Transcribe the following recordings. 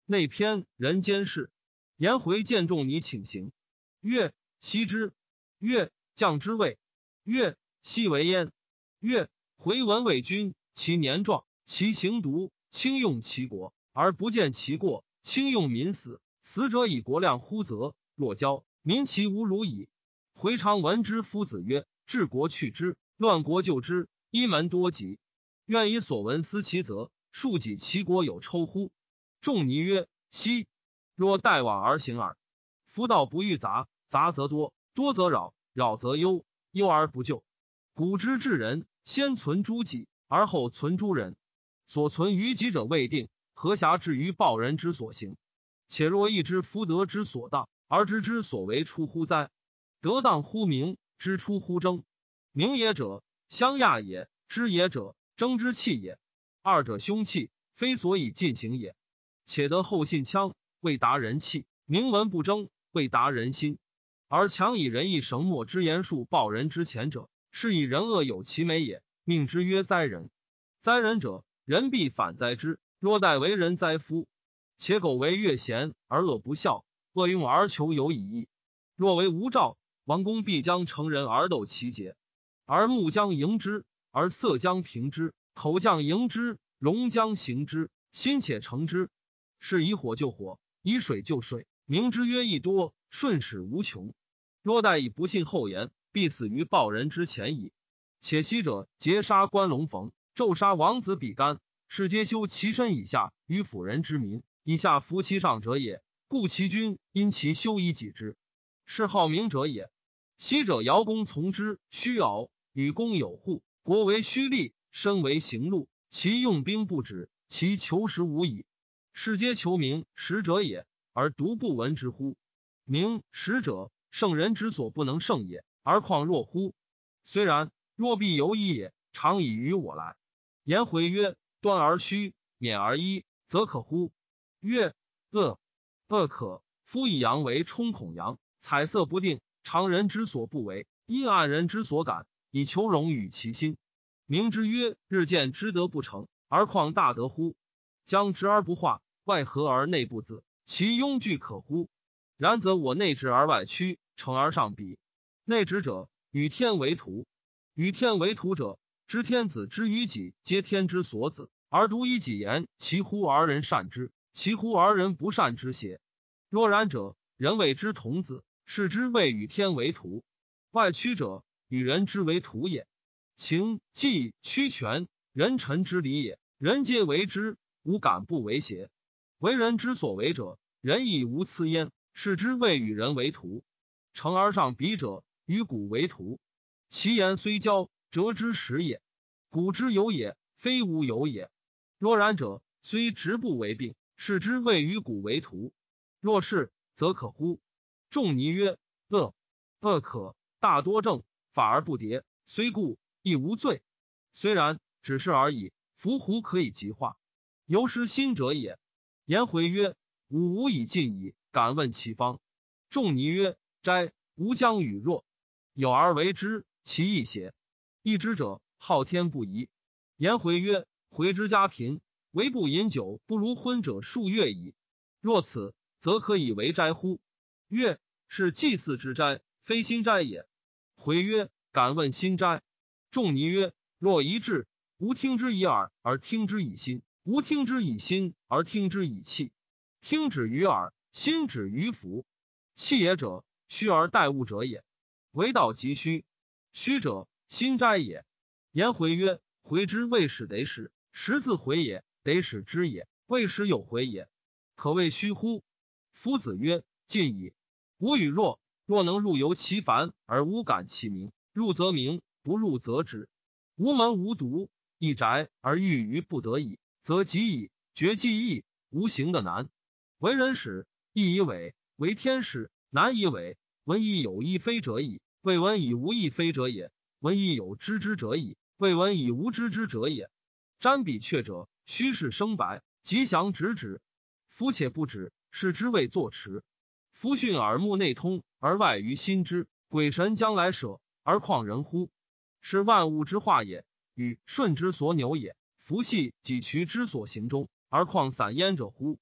内篇人间事。颜回见仲尼请行，曰：昔之。曰：将之谓。曰：昔为焉。曰：回闻魏君，其年壮，其行独，轻用其国，而不见其过，轻用民死。死者以国量乎责，若骄，民其无辱矣。回常闻之夫子曰：治国去之，乱国救之，一门多疾。愿以所闻思其责，庶己其国有抽乎？仲尼曰：昔。若待往而行耳。夫道不欲杂，杂则多，多则扰，扰则忧，忧而不救。古之治人，先存诸己，而后存诸人。所存于己者未定，何暇至于报人之所行？且若一知夫德之所当，而知之所为出乎哉？德当乎名，知出乎争。名也者，相亚也；知也者，争之器也。二者凶器，非所以进行也。且得后信羌，未达人气；明文不争，未达人心。而强以仁义绳墨之言术报人之前者，是以人恶有其美也，命之曰哉人。哉人者，人必反哉之。若待为人哉夫？且苟为越贤而恶不孝，恶用而求有以义。若为无兆，王公必将成人而斗其节，而目将迎之，而色将平之，口将迎之，容将行之，心且成之。是以火救火，以水救水，名之曰义多，顺始无穷。若待以不信后言，必死于报人之前矣。且昔者劫杀关龙逢，纣杀王子比干，是皆修其身以下于辅人之民，以下服其上者也。故其君因其修以己之，是好名者也。昔者尧公从之，虚敖，与公有户，国为虚立，身为行路，其用兵不止，其求实无矣。是皆求名实者也，而独不闻之乎？名实者，圣人之所不能胜也，而况若乎？虽然，若必有矣也，常以于我来。颜回曰：端而虚，勉而一，则可乎？曰：恶可。夫以阳为冲孔阳，彩色不定，常人之所不为，阴暗人之所感，以求荣与其心。名之曰日见之德不成，而况大德乎？将直而不化，外合而内不自，其庸具可乎？然则我内直而外曲，成而上比。内直者，与天为图。与天为图者，知天子之于己，皆天之所子，而独以己言，其乎而人善之，其乎而人不善之邪？若然者，人谓之童子，是之谓与天为图。外曲者，与人之为图也。情计曲权，人臣之礼也，人皆为之，无敢不为邪？为人之所为者，人亦无疵焉，是之谓与人为图。成而上比者，与古为图。其言虽交，折之实也。古之有也，非无有也。若然者，虽直不为病，是之谓与古为图。若是，则可乎？仲尼曰：恶可。大多正，法而不迭，虽故，亦无罪。虽然，只是而已。夫胡可以极化？由失心者也。颜回曰：吾无以尽矣，敢问其方。仲尼曰：斋，吾将与若。有而为之，其义邪？义之者，好天不宜。颜回曰：回之家贫，唯不饮酒，不如昏者数月矣。若此，则可以为斋乎？曰：是祭祀之斋，非心斋也。回曰：敢问心斋。仲尼曰：若一致，吾听之以耳，而听之以心；吾听之以心，而听之以气。听止于耳，心止于服。气也者，虚而待物者也。为道即虚，虚者心斋也。颜回曰：回之未始得始，始自回也；得始之也，未始有回也。可谓虚乎？夫子曰：近矣。吾与若能入游其繁而无感其名，入则明，不入则止。无门无独，一宅而欲于不得已，则极矣。绝技易，无形的难。为人始，易以伪；为天始，难以伪。闻以有亦非者矣，未闻以无亦非者也；闻以有知之者矣，未闻以无知之者也。瞻彼阙者，虚是生白，吉祥直指。夫且不止，是之谓作持。夫训耳目内通，而外于心之，鬼神将来舍，而况人乎？是万物之化也，与顺之所扭也。夫系己渠之所行中，而况散焉者乎？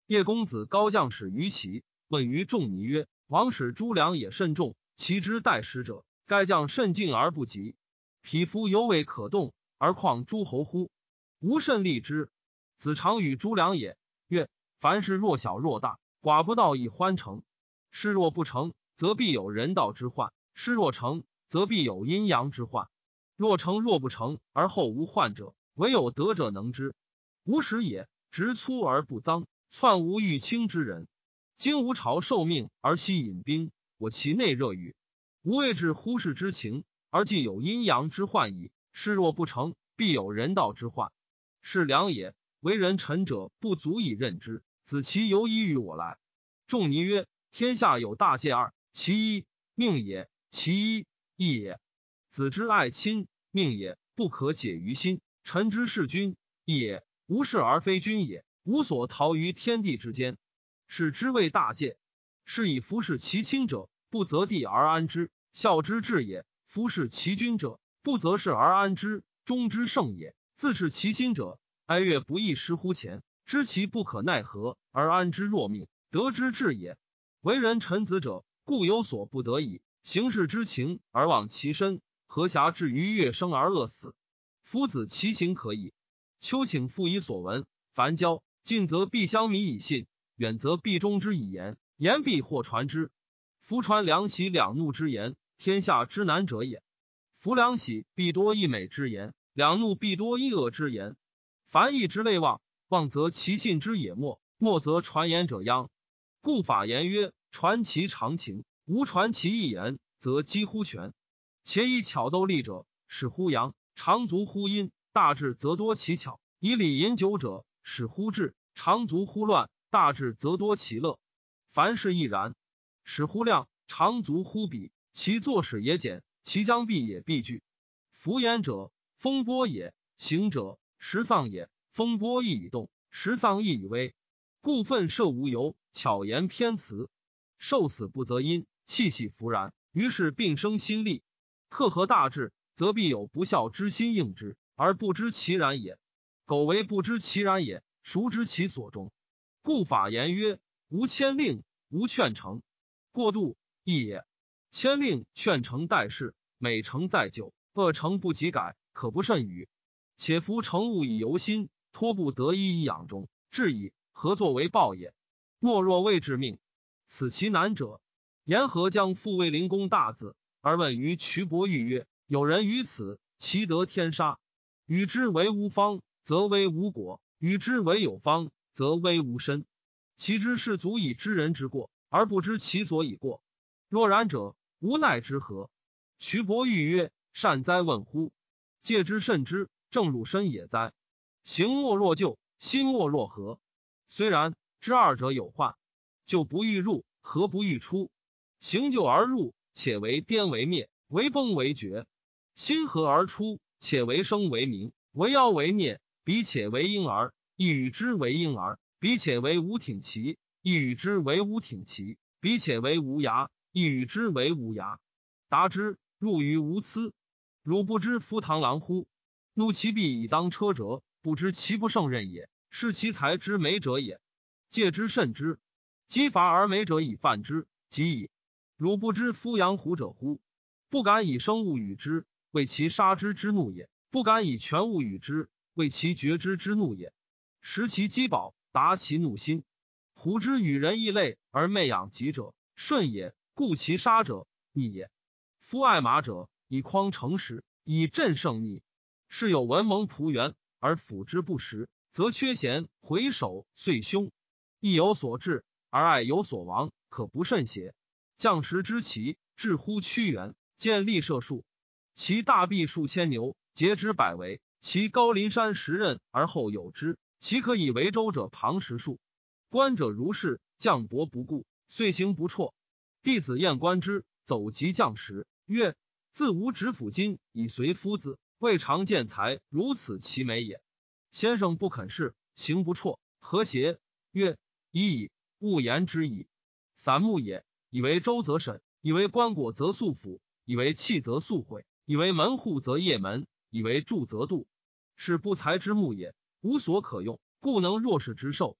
叶公子高将使于齐，问于仲尼曰：王使诸粮也甚重，其之待食者，该将甚进而不及，匹夫犹未可动，而况诸侯乎？吾甚利之。子常与诸粮也。曰：凡事若小若大，寡不道以欢成。事若不成，则必有人道之患；事若成，则必有阴阳之患。若成若不成，而后无患者，唯有德者能之。吾使也，直粗而不脏，篡无欲轻之人。今吴朝受命而悉引兵，我其内热与。吾谓至乎世之情，而既有阴阳之患矣。事若不成，必有人道之患。是良也，为人臣者不足以任之，子其犹依于我来。仲尼曰：天下有大戒二，其一命也，其一义也。子之爱亲，命也，不可解于心；臣之事君，义也，无事而非君也，无所逃于天地之间。是之谓大戒。是以夫事其亲者，不择地而安之，孝之至也；夫事其君者，不择事而安之，忠之圣也。自是其心者，哀乐不亦失乎前，知其不可奈何而安之若命，得之至也。为人臣子者，故有所不得已，行事之情而忘其身，何暇至于乐生而饿死？夫子其行可矣。丘请复以所闻，凡交近则必相迷以信，远则必忠之以言，言必或传之。夫传两喜两怒之言，天下之难者也。夫两喜必多一美之言，两怒必多一恶之言。凡义之类妄，妄则其信之也没，没则传言者殃。故法言曰：传其常情，无传其一言，则几乎全。且以巧斗利者，使乎阳；常足乎阴，大智则多其巧。以礼饮酒者，使乎智；常足乎乱，大智则多其乐。凡事亦然。使乎量，常足乎比，其作使也简，其将必也必具。夫言者，风波也；行者，时丧也。风波亦以动，时丧亦以微。故愤射无由，巧言偏辞。受死不择因，气息弗然，于是并生心力。克合大志，则必有不孝之心应之，而不知其然也。苟为不知其然也，孰知其所终？故法言曰：无谦令，无劝成。过度义也。谦令劝成待事，美成在就，恶成不及改，可不甚语。且夫成物以由心，托不得已以养中，至矣，何作为报也？莫若未致命，此其难者。言何将复卫灵公大字，而问于瞿伯玉曰：有人于此，其得天杀。与之为无方，则为无果；与之为有方，则为无身。其之是足以知人之过，而不知其所以过。若然者，无奈之何？瞿伯玉曰：善哉问乎！戒之慎之，正入身也哉。行莫若就，心莫若和。虽然，知二者有患。就不欲入，和不欲出。行就而入，且为颠为灭，为崩为绝；心和而出，且为生为明，为妖为孽。彼且为婴儿，亦与之为婴儿；彼且为无挺其，亦与之为无挺其；彼且为无涯，亦与之为无涯。达之，入于无疵。汝不知夫螳螂乎？怒其必以当车辙，不知其不胜任也，是其才之美者也。戒之慎之，击伐而美者以犯之，即矣。汝不知夫养虎者乎？不敢以生物与之，为其杀之之怒也；不敢以全物与之，为其绝之之怒也。食其饥饱，达其怒心。虎之与人异类而媚养己者，顺也；故其杀者，逆也。夫爱马者，以匡诚实，以振胜逆。是有文蒙仆原，而辅之不实，则缺贤，回首遂凶。亦有所至，而爱有所亡，可不甚邪？将士之奇，至乎屈原，见立射数。其大臂数千牛，节之百围；其高临山10仞而后有之。其可以为舟者旁10数。观者如是，将伯不顾，遂行不辍。弟子晏观之，走及将时，曰：自无执斧斤以随夫子，未尝见才如此其美也。先生不肯事，行不辍，何邪？曰：已矣，勿言之矣。散木也，以为舟则审，以为棺椁则素府，以为器则素毁，以为门户则夜门，以为柱则度。是不才之木也，无所可用，故能弱势之兽。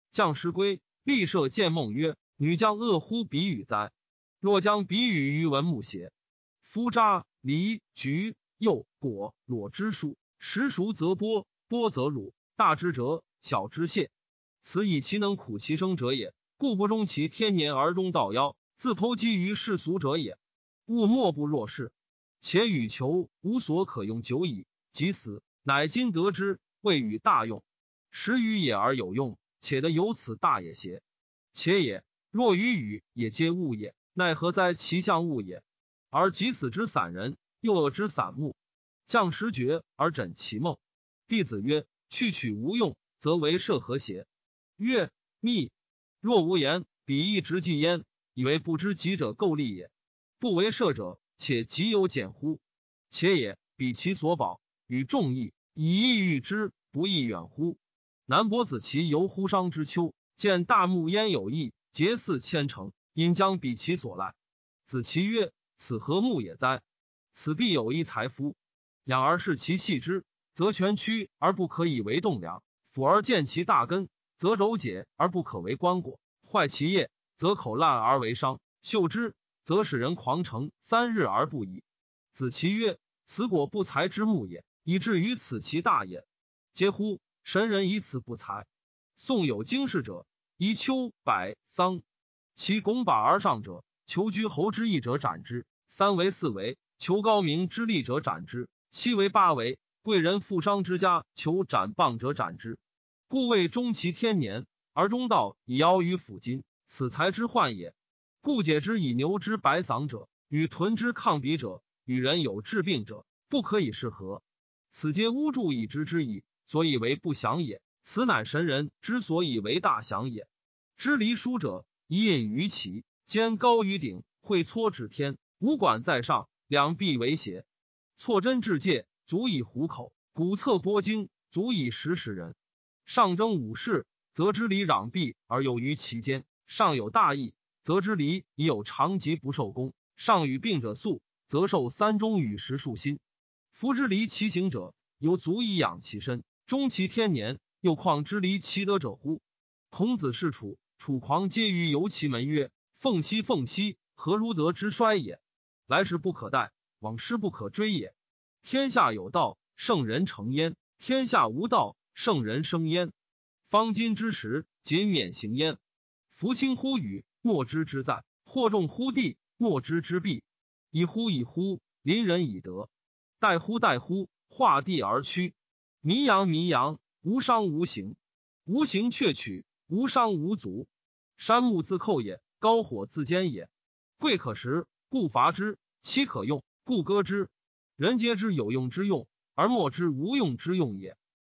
将士归，立设见梦曰：女将恶乎比语哉？若将比语于文木邪？夫渣、梨、橘、柚、果、裸之数，时熟则剥，剥则乳，大之折，小之屑。此以其能苦其生者也，故不忠其天年而终道夭，自剖积于世俗者也。勿莫不若是。且与求无所可用久矣，即死，乃今得之，谓与大用。时与也而有用，且得有此大也邪？且也，若与语也皆物也，奈何哉其象物也？而即死之散人，又恶之散目，将时觉而枕其梦。弟子曰：去取无用，则为射何邪？曰：密。若无言，彼亦直记焉，以为不知己者构立也。不为射者，且极有减乎？且也，彼其所保，与众异，以意喻之，不亦远乎？南伯子其游乎商之丘，见大木焉有异，结似千乘，因将比其所赖。子其曰：此何木也哉？此必有一才夫。养而视其细之，则全曲而不可以为栋梁；俯而见其大根，则肘解而不可为棺椁；坏其叶，则口烂而为伤；嗅之，则使人狂成3日而不已。子其曰：此果不才之木也，以至于此其大也。嗟乎！神人以此不才。宋有经世者，以丘、柏、桑，其拱把而上者，求居侯之义者斩之；3为4为，求高明之利者斩之；7为8为，贵人富商之家求斩棒者斩之。故谓终其天年，而中道以夭于斧金，此才之患也。故解之以牛之白嗓者，与豚之抗比者，与人有治病者，不可以适合。此皆巫祝以知之矣，所以为不祥也。此乃神人之所以为大祥也。知离书者，以隐于其肩高于顶，会搓指天，五管在上，两臂为胁。错针至界，足以糊口；古侧拨经，足以食人。上征武士，则知离攘臂而有于其间；上有大义，则知离已有长疾不受功；上与病者宿，则受3中与10数心。夫知离其行者，犹足以养其身，终其天年，又况知离其德者乎？孔子是楚，楚狂皆于游其门曰：凤兮凤兮，何如德之衰也？来时不可待，往失不可追也。天下有道，圣人成焉；天下无道，圣人生焉。方今之时，谨免行焉。夫轻乎羽，莫之之在；或重乎地，莫之之必。以乎以乎，邻人以德。待乎待乎，化地而趋。弥扬弥扬，无伤无形。无形却取，无伤无足。山木自寇也，高火自坚也。贵可食，故伐之；妻可用，故割之。人皆知有用之用，而莫知无用之用也。